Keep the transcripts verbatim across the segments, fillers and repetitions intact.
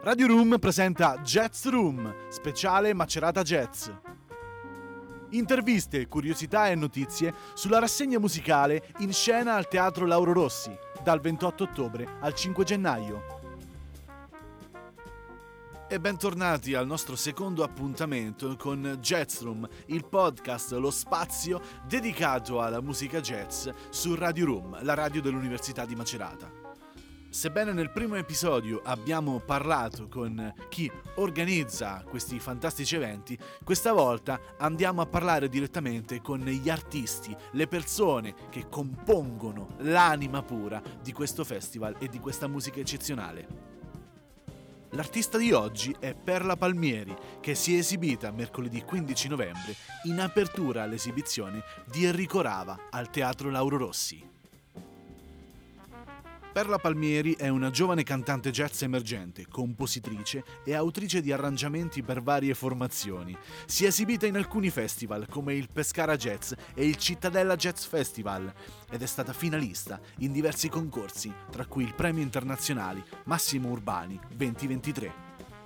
Radio Room presenta Jazz Room, speciale Macerata Jazz. Interviste, curiosità e notizie sulla rassegna musicale in scena al Teatro Lauro Rossi, dal ventotto ottobre al cinque gennaio. E bentornati al nostro secondo appuntamento con Jazz Room, il podcast, lo spazio dedicato alla musica jazz su Radio Room, la radio dell'Università di Macerata. Sebbene nel primo episodio abbiamo parlato con chi organizza questi fantastici eventi, questa volta andiamo a parlare direttamente con gli artisti, le persone che compongono l'anima pura di questo festival e di questa musica eccezionale. L'artista di oggi è Perla Palmieri, che si è esibita mercoledì quindici novembre in apertura all'esibizione di Enrico Rava al Teatro Lauro Rossi. Perla Palmieri è una giovane cantante jazz emergente, compositrice e autrice di arrangiamenti per varie formazioni. Si è esibita in alcuni festival come il Pescara Jazz e il Cittadella Jazz Festival ed è stata finalista in diversi concorsi, tra cui il Premio Internazionali Massimo Urbani duemilaventitré.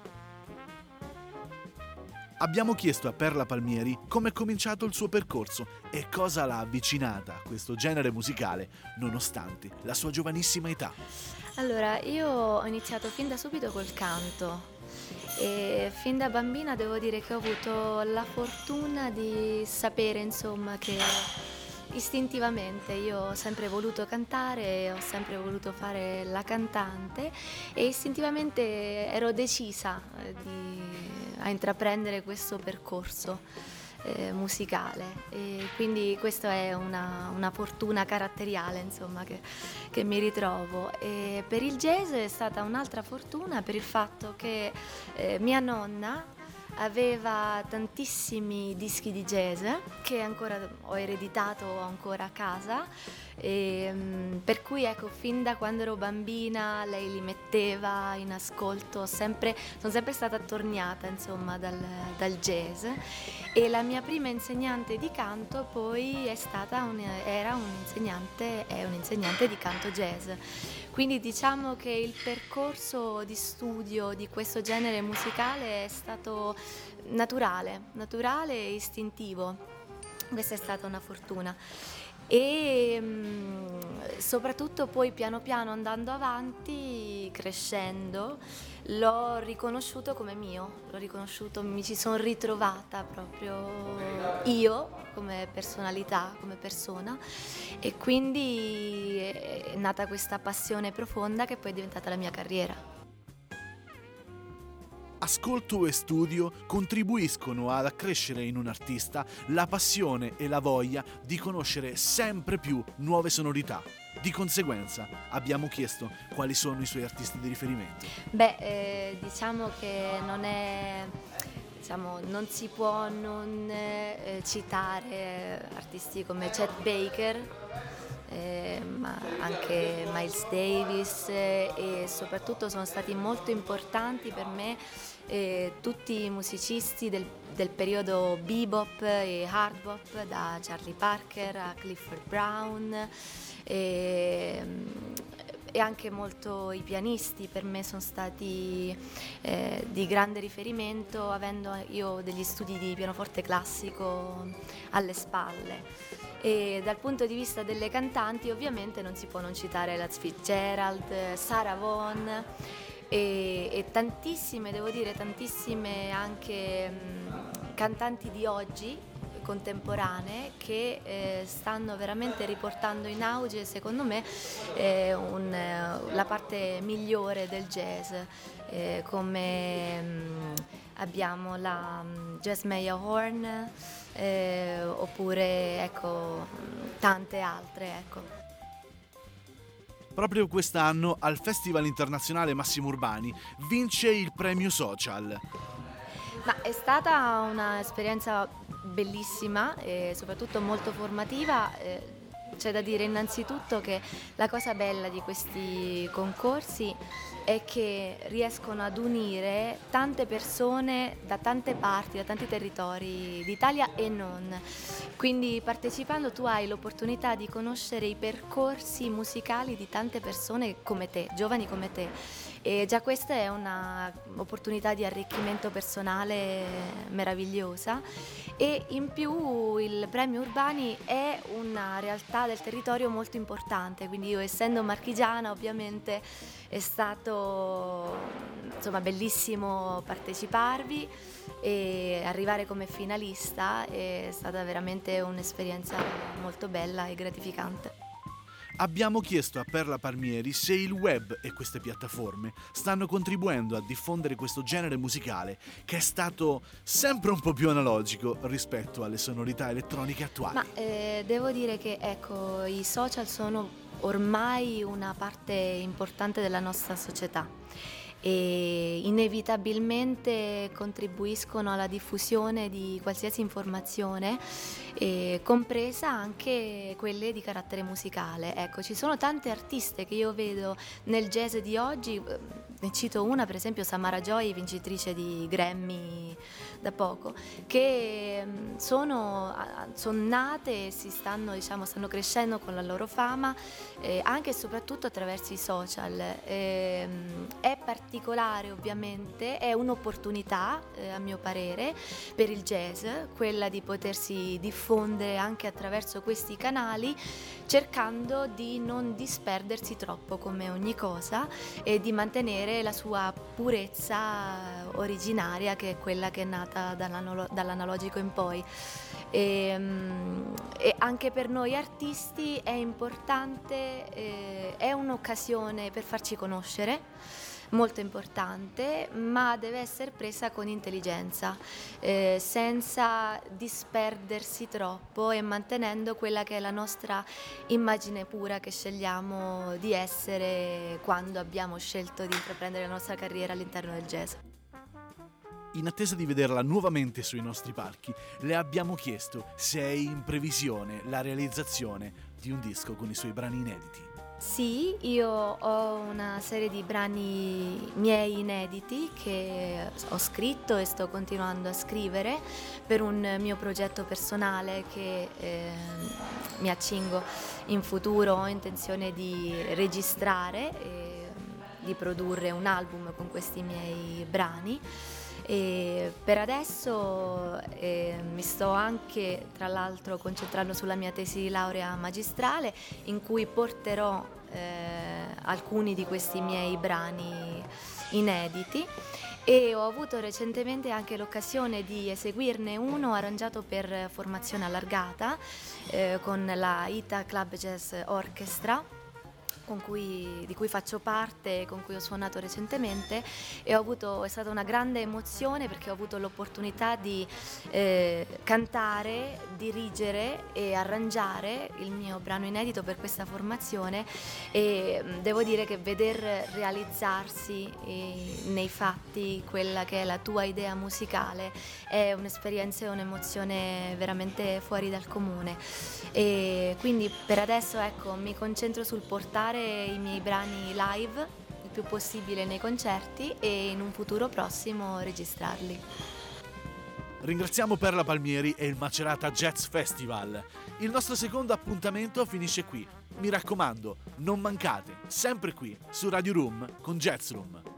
Abbiamo chiesto a Perla Palmieri come è cominciato il suo percorso e cosa l'ha avvicinata a questo genere musicale nonostante la sua giovanissima età. Allora, io ho iniziato fin da subito col canto e fin da bambina devo dire che ho avuto la fortuna di sapere, insomma, che istintivamente io ho sempre voluto cantare, ho sempre voluto fare la cantante e istintivamente ero decisa di, a intraprendere questo percorso eh, musicale e quindi questa è una, una fortuna caratteriale, insomma, che, che mi ritrovo. E per il jazz è stata un'altra fortuna per il fatto che eh, mia nonna aveva tantissimi dischi di jazz che ancora ho ereditato ancora a casa e, per cui ecco, fin da quando ero bambina lei li metteva in ascolto, sempre, sono sempre stata attorniata, insomma, dal, dal jazz. E la mia prima insegnante di canto poi è stata un, era un insegnante, è un insegnante di canto jazz. Quindi diciamo che il percorso di studio di questo genere musicale è stato naturale, naturale e istintivo. Questa è stata una fortuna. E mh, soprattutto poi piano piano andando avanti, crescendo, l'ho riconosciuto come mio, l'ho riconosciuto, mi ci sono ritrovata proprio io come personalità, come persona e quindi è nata questa passione profonda che poi è diventata la mia carriera. Ascolto e studio contribuiscono ad accrescere in un artista la passione e la voglia di conoscere sempre più nuove sonorità. Di conseguenza abbiamo chiesto quali sono i suoi artisti di riferimento. Beh, eh, diciamo che non è... Diciamo, non si può non eh, citare artisti come Chet Baker, eh, ma anche Miles Davis eh, e soprattutto sono stati molto importanti per me eh, tutti i musicisti del, del periodo bebop e hard bop, da Charlie Parker a Clifford Brown. E, e anche molto i pianisti per me sono stati eh, di grande riferimento, avendo io degli studi di pianoforte classico alle spalle. E dal punto di vista delle cantanti ovviamente non si può non citare Ella Fitzgerald, Sarah Vaughan e, e tantissime, devo dire, tantissime anche mh, cantanti di oggi contemporanee che eh, stanno veramente riportando in auge, secondo me, eh, un, eh, la parte migliore del jazz, eh, come mh, abbiamo la um, Jasmine Horn eh, oppure ecco, tante altre. Ecco. Proprio quest'anno al Festival Internazionale Massimo Urbani vince il Premio Social. Ma è stata un'esperienza bellissima e soprattutto molto formativa. C'è da dire innanzitutto che la cosa bella di questi concorsi è che riescono ad unire tante persone da tante parti, da tanti territori d'Italia e non. Quindi partecipando tu hai l'opportunità di conoscere i percorsi musicali di tante persone come te, giovani come te. E già questa è un'opportunità di arricchimento personale meravigliosa, e in più il Premio Urbani è una realtà del territorio molto importante, quindi io, essendo marchigiana, ovviamente è stato insomma bellissimo parteciparvi, e arrivare come finalista è stata veramente un'esperienza molto bella e gratificante. Abbiamo chiesto a Perla Palmieri se il web e queste piattaforme stanno contribuendo a diffondere questo genere musicale, che è stato sempre un po' più analogico rispetto alle sonorità elettroniche attuali. Ma eh, devo dire che ecco, i social sono ormai una parte importante della nostra società e inevitabilmente contribuiscono alla diffusione di qualsiasi informazione, eh, compresa anche quelle di carattere musicale. Ecco, ci sono tante artiste che io vedo nel jazz di oggi, ne cito una per esempio, Samara Joy, vincitrice di Grammy da poco, che sono, sono nate e si stanno, diciamo, stanno crescendo con la loro fama, eh, anche e soprattutto attraverso i social. Eh, è particolare, ovviamente, è un'opportunità, eh, a mio parere, per il jazz, quella di potersi diffondere anche attraverso questi canali, cercando di non disperdersi troppo come ogni cosa e di mantenere la sua purezza originaria, che è quella che è nata dall'analo- dall'analogico in poi. E, e anche per noi artisti è importante, eh, è un'occasione per farci conoscere, molto importante, ma deve essere presa con intelligenza, eh, senza disperdersi troppo e mantenendo quella che è la nostra immagine pura che scegliamo di essere quando abbiamo scelto di intraprendere la nostra carriera all'interno del jazz. In attesa di vederla nuovamente sui nostri palchi, le abbiamo chiesto se è in previsione la realizzazione di un disco con i suoi brani inediti. Sì, io ho una serie di brani miei inediti che ho scritto e sto continuando a scrivere per un mio progetto personale che eh, mi accingo in futuro. Ho intenzione di registrare e di produrre un album con questi miei brani. E per adesso eh, mi sto anche, tra l'altro, concentrando sulla mia tesi di laurea magistrale, in cui porterò eh, alcuni di questi miei brani inediti, e ho avuto recentemente anche l'occasione di eseguirne uno arrangiato per formazione allargata eh, con la Ita Club Jazz Orchestra, con cui, di cui faccio parte, con cui ho suonato recentemente, e ho avuto, è stata una grande emozione perché ho avuto l'opportunità di eh, cantare, dirigere e arrangiare il mio brano inedito per questa formazione, e devo dire che veder realizzarsi eh, nei fatti quella che è la tua idea musicale è un'esperienza e un'emozione veramente fuori dal comune. E quindi per adesso, ecco, mi concentro sul portare i miei brani live il più possibile nei concerti e in un futuro prossimo registrarli. Ringraziamo Perla Palmieri e il Macerata Jazz Festival. Il nostro secondo appuntamento finisce qui. Mi raccomando, non mancate, sempre qui su Radio Room con Jazz Room.